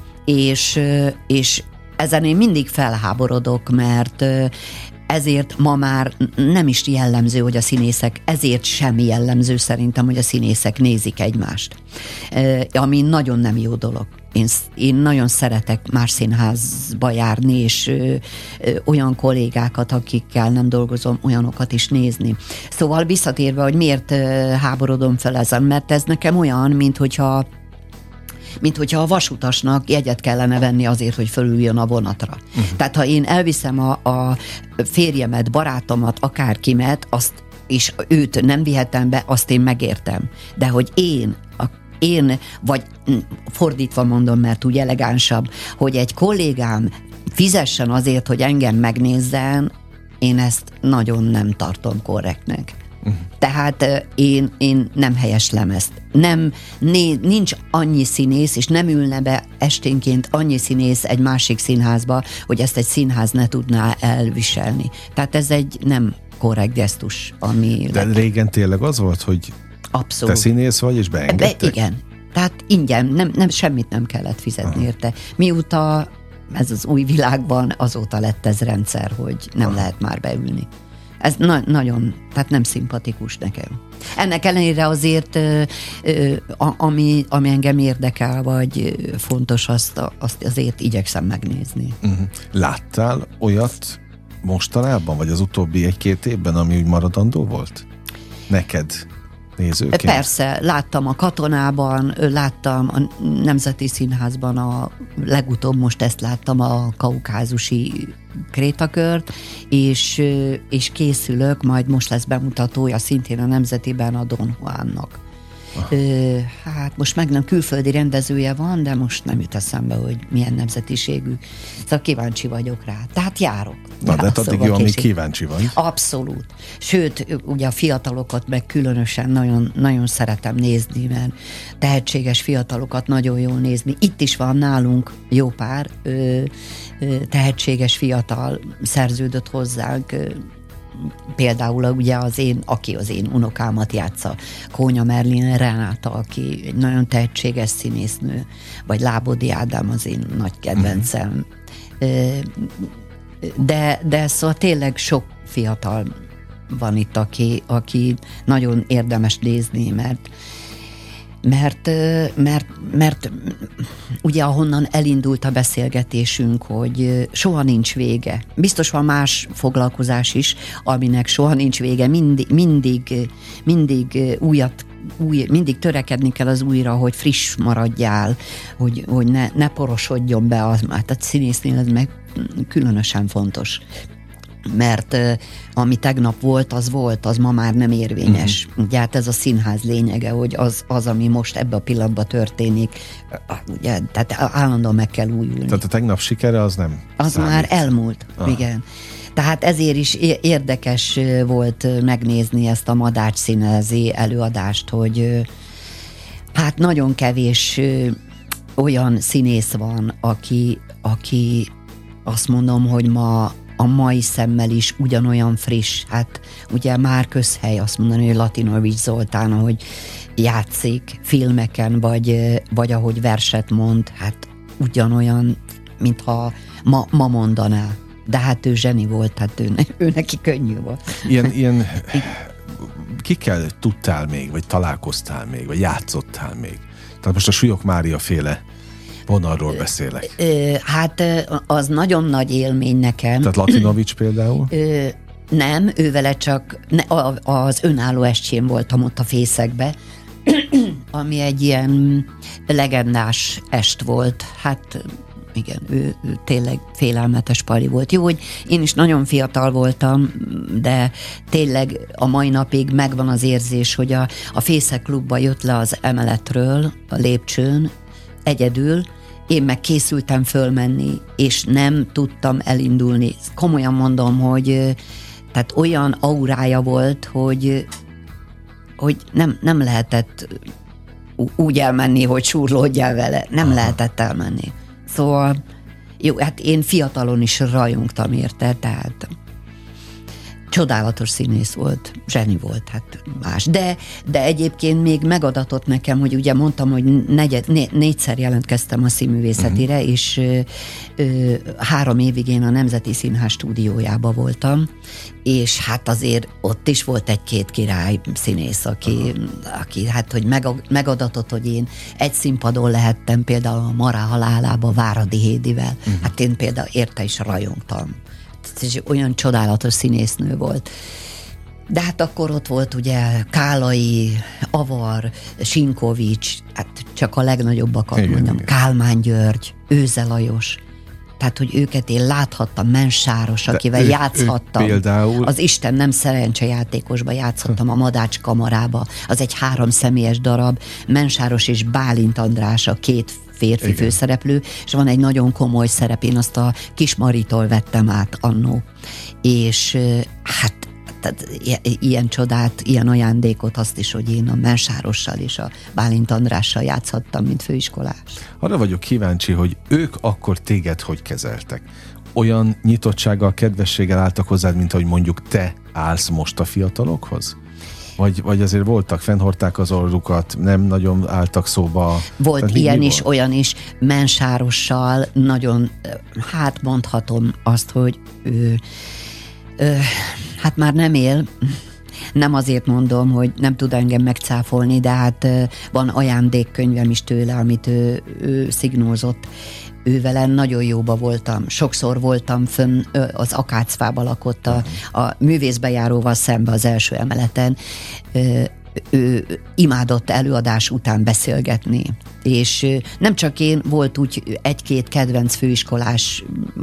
És ezen én mindig felháborodok, mert ezért ma már nem is jellemző, hogy a színészek, ezért sem jellemző szerintem, hogy a színészek nézik egymást. Ami nagyon nem jó dolog. Én nagyon szeretek más színházba járni, és olyan kollégákat, akikkel nem dolgozom, olyanokat is nézni. Szóval visszatérve, hogy miért háborodom fel ezen, mert ez nekem olyan, mint hogyha a vasutasnak jegyet kellene venni azért, hogy fölüljön a vonatra. Tehát ha én elviszem a férjemet, barátomat, akárkimet, azt, és őt nem vihetem be, azt én megértem. De hogy én, vagy fordítva mondom, mert úgy elegánsabb, hogy egy kollégám fizessen azért, hogy engem megnézzen, én ezt nagyon nem tartom korrektnek. Tehát én nem helyeslem ezt. Nincs annyi színész, és nem ülne be esténként annyi színész egy másik színházba, hogy ezt egy színház ne tudná elviselni. Tehát ez egy nem korrekt gesztus, ami... De régen tényleg az volt, hogy abszolút. Te színész vagy, és beengedtek? Igen. Tehát ingyen, nem, semmit nem kellett fizetni érte. Mióta ez az új világban, azóta lett ez rendszer, hogy nem lehet már beülni. Ez nagyon, tehát nem szimpatikus nekem. Ennek ellenére azért, ami engem érdekel, vagy fontos, azt azért igyekszem megnézni. Láttál olyat mostanában, vagy az utóbbi 1-2 évben, ami úgy maradandó volt? Neked nézőként? Persze, láttam a Katonában, láttam a Nemzeti Színházban, legutóbb most ezt láttam, a Kaukázusi Krétakört, és készülök, majd most lesz bemutatója szintén a Nemzetiben a Don Juannak. Hát most meg nem külföldi rendezője van, de most nem jut eszembe, hogy milyen nemzetiségű. Szóval kíváncsi vagyok rá. Tehát járok. Na, de addig jó, amíg kíváncsi vagy. Abszolút. Sőt, ugye a fiatalokat meg különösen nagyon, nagyon szeretem nézni, mert tehetséges fiatalokat nagyon jól nézni. Itt is van nálunk jó pár tehetséges fiatal szerződött hozzánk, például ugye aki az én unokámat játsza, Kónya Merlin Renáta, aki egy nagyon tehetséges színésznő, vagy Lábodi Ádám az én nagy kedvencem. De szóval tényleg sok fiatal van itt, aki nagyon érdemes nézni, mert ugye ahonnan elindult a beszélgetésünk, hogy soha nincs vége. Biztos van más foglalkozás is, aminek soha nincs vége, mindig törekedni kell az újra, hogy friss maradjál, hogy ne porosodjon be az, hát a színésznél ez meg különösen fontos. Mert ami tegnap volt, az ma már nem érvényes. Ugye hát ez a színház lényege, hogy az ami most ebben a pillanatban történik, ugye, tehát állandóan meg kell újulni. Tehát a tegnap sikere az nem az számít. Már elmúlt, igen. Tehát ezért is érdekes volt megnézni ezt a Madács színházi előadást, hogy hát nagyon kevés olyan színész van, aki azt mondom, hogy a mai szemmel is ugyanolyan friss. Hát ugye már közhely azt mondani, hogy Latinovics Zoltán, ahogy játszik filmeken, vagy ahogy verset mond, hát ugyanolyan, mintha ma mondaná. De hát ő zseni volt, hát ő neki könnyű volt. Ilyen kikkel tudtál még, vagy találkoztál még, vagy játszottál még? Tehát most a Súlyog Mária féle vonalról beszélek. Hát az nagyon nagy élmény nekem. Tehát Latinovics például? Nem, ővele csak az önálló estjén voltam ott a Fészekbe, ami egy ilyen legendás est volt. Hát igen, ő tényleg félelmetes pali volt. Jó, hogy én is nagyon fiatal voltam, de tényleg a mai napig megvan az érzés, hogy a Fészek klubba jött le az emeletről, a lépcsőn, egyedül, én meg készültem fölmenni, és nem tudtam elindulni. Komolyan mondom, hogy tehát olyan aurája volt, hogy nem lehetett úgy elmenni, hogy súrlódjál vele. Nem lehetett elmenni. Szóval jó, hát én fiatalon is rajongtam érte, tehát csodálatos színész volt, zseni volt, hát más. De egyébként még megadatott nekem, hogy ugye mondtam, hogy négyszer jelentkeztem a színművészetire, és 3 évig én a Nemzeti Színház stúdiójába voltam, és hát azért ott is volt egy-két király színész, aki hát, hogy megadatott, hogy én egy színpadon lehettem, például a Mará halálába Váradi Hédivel. Hát én például érte is rajongtam. És olyan csodálatos színésznő volt. De hát akkor ott volt ugye Kálai, Avar, Sinkovics, hát csak a legnagyobbakat mondjam, igen. Kálmán György, Őze Lajos. Tehát, hogy őket én láthattam, Mensáros, akivel játszhattam. Például... Az Isten nem szerencsejátékosba játszhattam, a Madács Kamarába. Az egy 3 személyes darab. Mensáros és Bálint András a 2 férfi főszereplő, és van egy nagyon komoly szerep, én azt a Kis Maritól vettem át annó. És hát tehát ilyen csodát, ilyen ajándékot, azt is, hogy én a Mensárossal és a Bálint Andrással játszhattam, mint főiskolás. Arra vagyok kíváncsi, hogy ők akkor téged hogy kezeltek? Olyan nyitottsággal, kedvességgel álltak hozzád, mint ahogy mondjuk te állsz most a fiatalokhoz? Vagy azért voltak, fennhordták az orrukat, nem nagyon álltak szóba? Volt ilyen is, olyan is. Mensárossal nagyon, hát mondhatom azt, hogy ő hát már nem él, nem azért mondom, hogy nem tud engem megcáfolni, de hát van ajándékkönyvem is tőle, amit ő szignózott. Ővele nagyon jóba voltam. Sokszor voltam fönn, az Akácfába lakott a művészbejáróval szembe az első emeleten. Ő imádott előadás után beszélgetni. És nem csak én, volt úgy 1-2 kedvenc főiskolás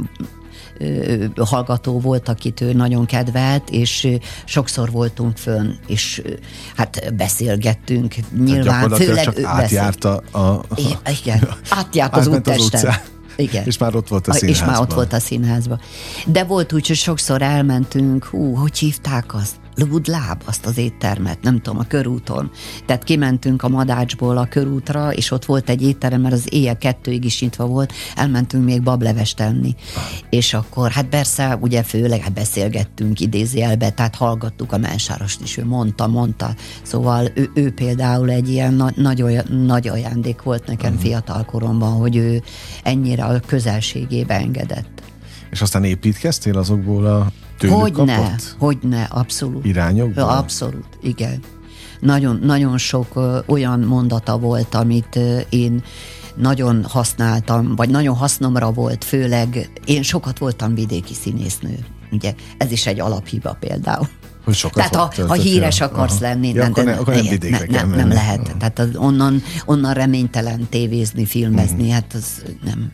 hallgató volt, akit ő nagyon kedvelt, és sokszor voltunk fönn, és hát beszélgettünk. Nyilván, főleg csak átjárta igen, átjárt az úttesten. Igen. És már ott volt a színházban. És már ott volt a színházban. De volt úgy, hogy sokszor elmentünk, hogy hívták azt? Lúdláb, azt az éttermet, nem tudom, a körúton. Tehát kimentünk a Madácsból a körútra, és ott volt egy étterem, mert az éjjel 2-ig is nyitva volt, elmentünk még bablevest enni. És akkor, hát persze, ugye főleg hát beszélgettünk idézőjelbe, tehát hallgattuk a Mensárost is, ő mondta. Szóval ő például egy ilyen nagy ajándék volt nekem fiatal koromban, hogy ő ennyire a közelségébe engedett. És aztán építkeztél azokból a tőlük kapott? Hogyne, abszolút. Irányokból? Abszolút, igen. Nagyon, nagyon sok olyan mondata volt, amit én nagyon használtam, vagy nagyon hasznomra volt, főleg én sokat voltam vidéki színésznő. Ugye, ez is egy alaphiba például. Tehát ha híres akarsz lenni, ja, akkor nem vidékre kell menni. Nem lehet. Tehát onnan reménytelen tévézni, filmezni, hát az nem.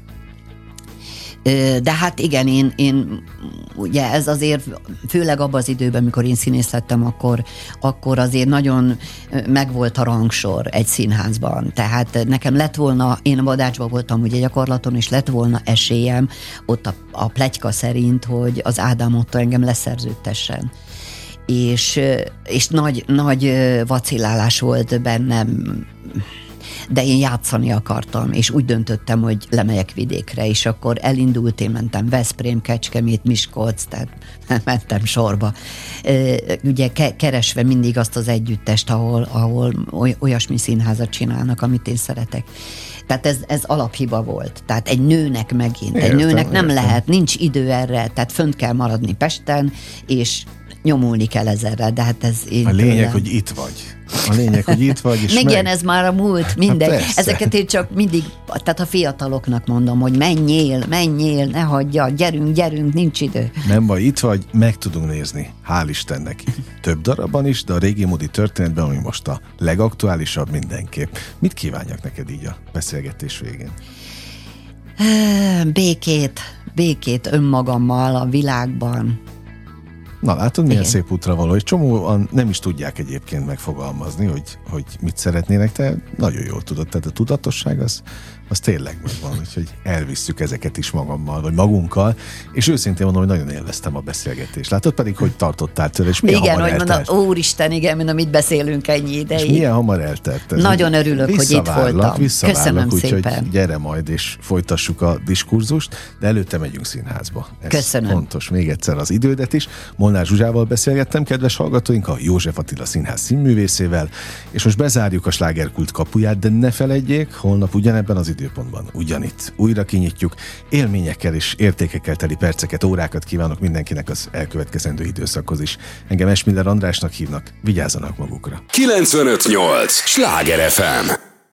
De hát igen, én ugye ez azért, főleg abban az időben, amikor én színész lettem, akkor azért nagyon megvolt a rangsor egy színházban. Tehát nekem lett volna, én a Madácsban voltam ugye gyakorlaton, és lett volna esélyem ott a pletyka szerint, hogy az Ádám Otto engem leszerződtessen. És nagy vacillálás volt bennem, de én játszani akartam, és úgy döntöttem, hogy lemegyek vidékre, és akkor elindult, én mentem Veszprém, Kecskemét, Miskolc, tehát mentem sorba. Ugye keresve mindig azt az együttest, ahol olyasmi színházat csinálnak, amit én szeretek. Tehát ez alaphiba volt. Tehát egy nőnek megint, egy nőnek nem lehet, nincs idő erre, tehát fönt kell maradni Pesten, és nyomulni kell ezerre, de hát ez én... A lényeg, hogy itt vagy. A lényeg, hogy itt vagy, és igen, ez már a múlt, mindegy. Hát ezeket én csak mindig, tehát a fiataloknak mondom, hogy menjél, ne hagyja, gyerünk, nincs idő. Nem baj, itt vagy, meg tudunk nézni, hál' Istennek. Több darabban is, de a régi módi történetben, ami most a legaktuálisabb mindenképp. Mit kívánjak neked így a beszélgetés végén? Békét önmagammal a világban. Na látod, milyen szép útra való, és csomóan nem is tudják egyébként megfogalmazni, hogy mit szeretnének, te nagyon jól tudod, tehát a tudatosság az az tényleg megvan, úgyhogy elvisszük ezeket is magammal, vagy magunkkal, és őszintén mondom, hogy nagyon élveztem a beszélgetést. Látod pedig, hogy tartottál tőle, és milyen igen, hamar hogy eltelt. mondom, úristen, igen, mondom, mit beszélünk ennyi ideig. És milyen hamar eltelt. Nagyon örülök, hogy itt voltam. Visszavárlak, úgyhogy szépen. gyere majd, és folytassuk a diskurzust, de előtte megyünk színházba. Ez köszönöm. fontos. Még egyszer az idődet is. Molnár Zsuzsával beszélgettem, kedves hallgatóink, a József Attila Színház színművészével, és most bezárjuk a slágerkult kapuját, de ne feledjék, holnap ugyanebben az időpontban, ugyanitt újra kinyitjuk. Élményekkel és értékekkel teli perceket, órákat kívánok mindenkinek az elkövetkezendő időszakhoz is. Engem Esmiller Andrásnak hívnak, vigyázzanak magukra. 95.8 Sláger FM.